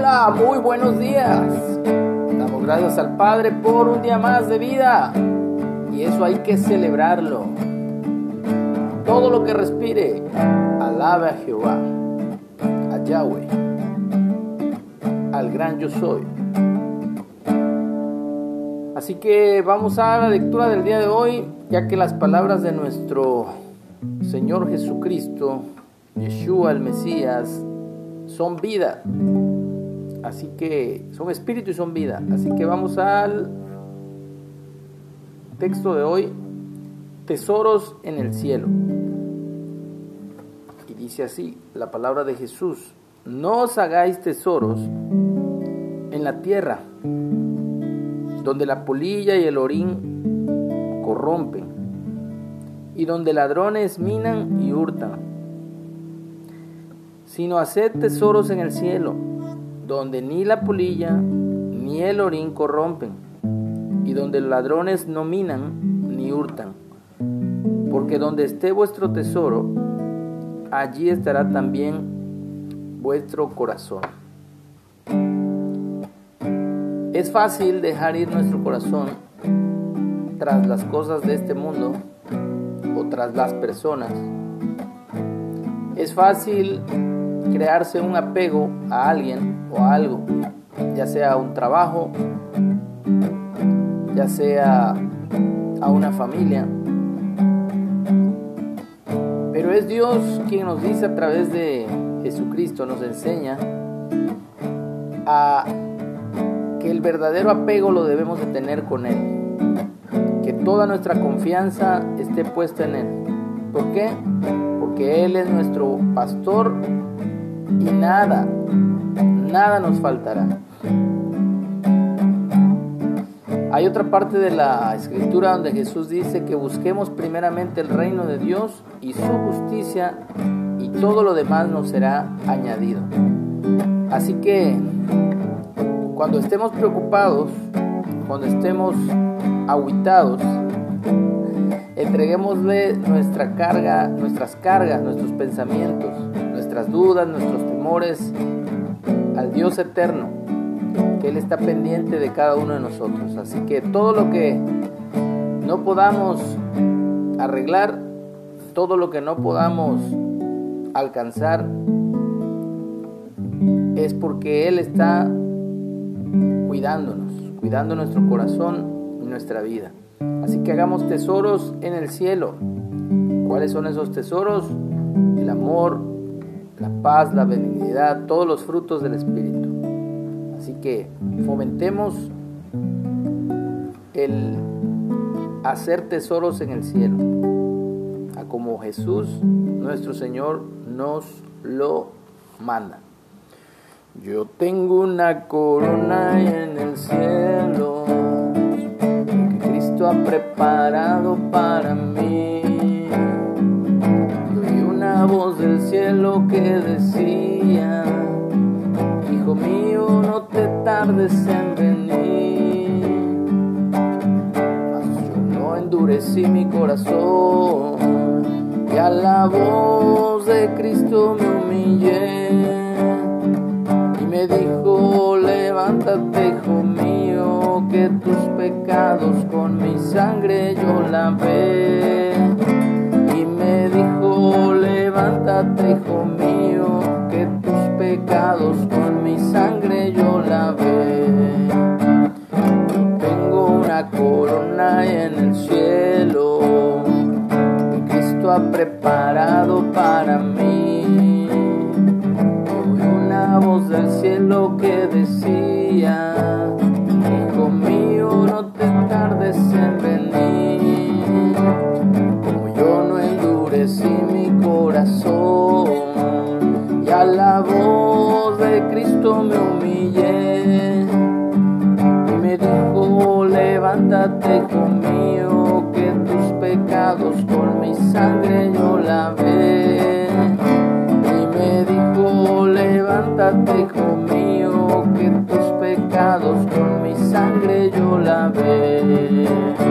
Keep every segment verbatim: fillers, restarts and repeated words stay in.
Hola, muy buenos días. Damos gracias al Padre por un día más de vida. Y eso hay que celebrarlo. Todo lo que respire, alabe a Jehová, a Yahweh, al gran yo soy. Así que vamos a la lectura del día de hoy, ya que las palabras de nuestro Señor Jesucristo, Yeshua el Mesías, son vida. Así que son espíritu y son vida. Así que vamos al texto de hoy, tesoros en el cielo. Y dice así la palabra de Jesús: no os hagáis tesoros en la tierra, donde la polilla y el orín corrompen, y donde ladrones minan y hurtan, sino haced tesoros en el cielo, donde ni la polilla ni el orín corrompen, y donde los ladrones no minan ni hurtan. Porque donde esté vuestro tesoro, allí estará también vuestro corazón. Es fácil dejar ir nuestro corazón tras las cosas de este mundo o tras las personas. Es fácil crearse un apego a alguien o a algo, ya sea a un trabajo, ya sea a una familia. Pero es Dios quien nos dice a través de Jesucristo, nos enseña a que el verdadero apego lo debemos de tener con Él, que toda nuestra confianza esté puesta en Él. ¿Por qué? Porque Él es nuestro pastor y nada, nada nos faltará. Hay otra parte de la Escritura donde Jesús dice que busquemos primeramente el reino de Dios y su justicia, y todo lo demás nos será añadido. Así que cuando estemos preocupados, cuando estemos agüitados, entreguémosle nuestra carga, nuestras cargas, nuestros pensamientos, nuestras dudas, nuestros temores al Dios eterno, que Él está pendiente de cada uno de nosotros. Así que todo lo que no podamos arreglar, todo lo que no podamos alcanzar, es porque Él está cuidándonos, cuidando nuestro corazón y nuestra vida. Así que hagamos tesoros en el cielo. ¿Cuáles son esos tesoros? El amor, la paz, la benignidad, todos los frutos del Espíritu. Así que fomentemos el hacer tesoros en el cielo, a como Jesús, nuestro Señor, nos lo manda. Yo tengo una corona en el cielo que Cristo ha preparado para mí. Y oí una voz del cielo que decía: hijo mío, no te tardes en venir. Mas yo no endurecí mi corazón, y a la voz de Cristo me humillé. Me dijo: levántate, hijo mío, que tus pecados con mi sangre yo lavé. Y me dijo: levántate, hijo mío, que tus pecados con mi sangre yo lavé. Yo tengo una corona en el cielo que Cristo ha preparado para mí. Voz del cielo que decía: hijo mío, no te tardes en venir. Como yo no endurecí mi corazón, y a la voz de Cristo me humillé. Y me dijo: levántate, hijo mío, que tus pecados con mi sangre yo lavé. Levántate, hijo mío, que tus pecados con mi sangre yo lavé.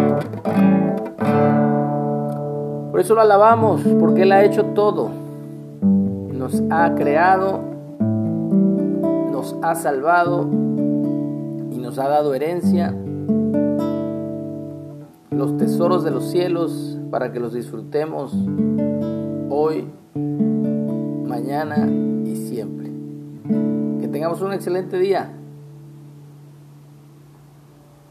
Por eso lo alabamos, porque Él ha hecho todo. Nos ha creado, nos ha salvado y nos ha dado herencia, los tesoros de los cielos, para que los disfrutemos hoy, mañana y siempre. Que tengamos un excelente día.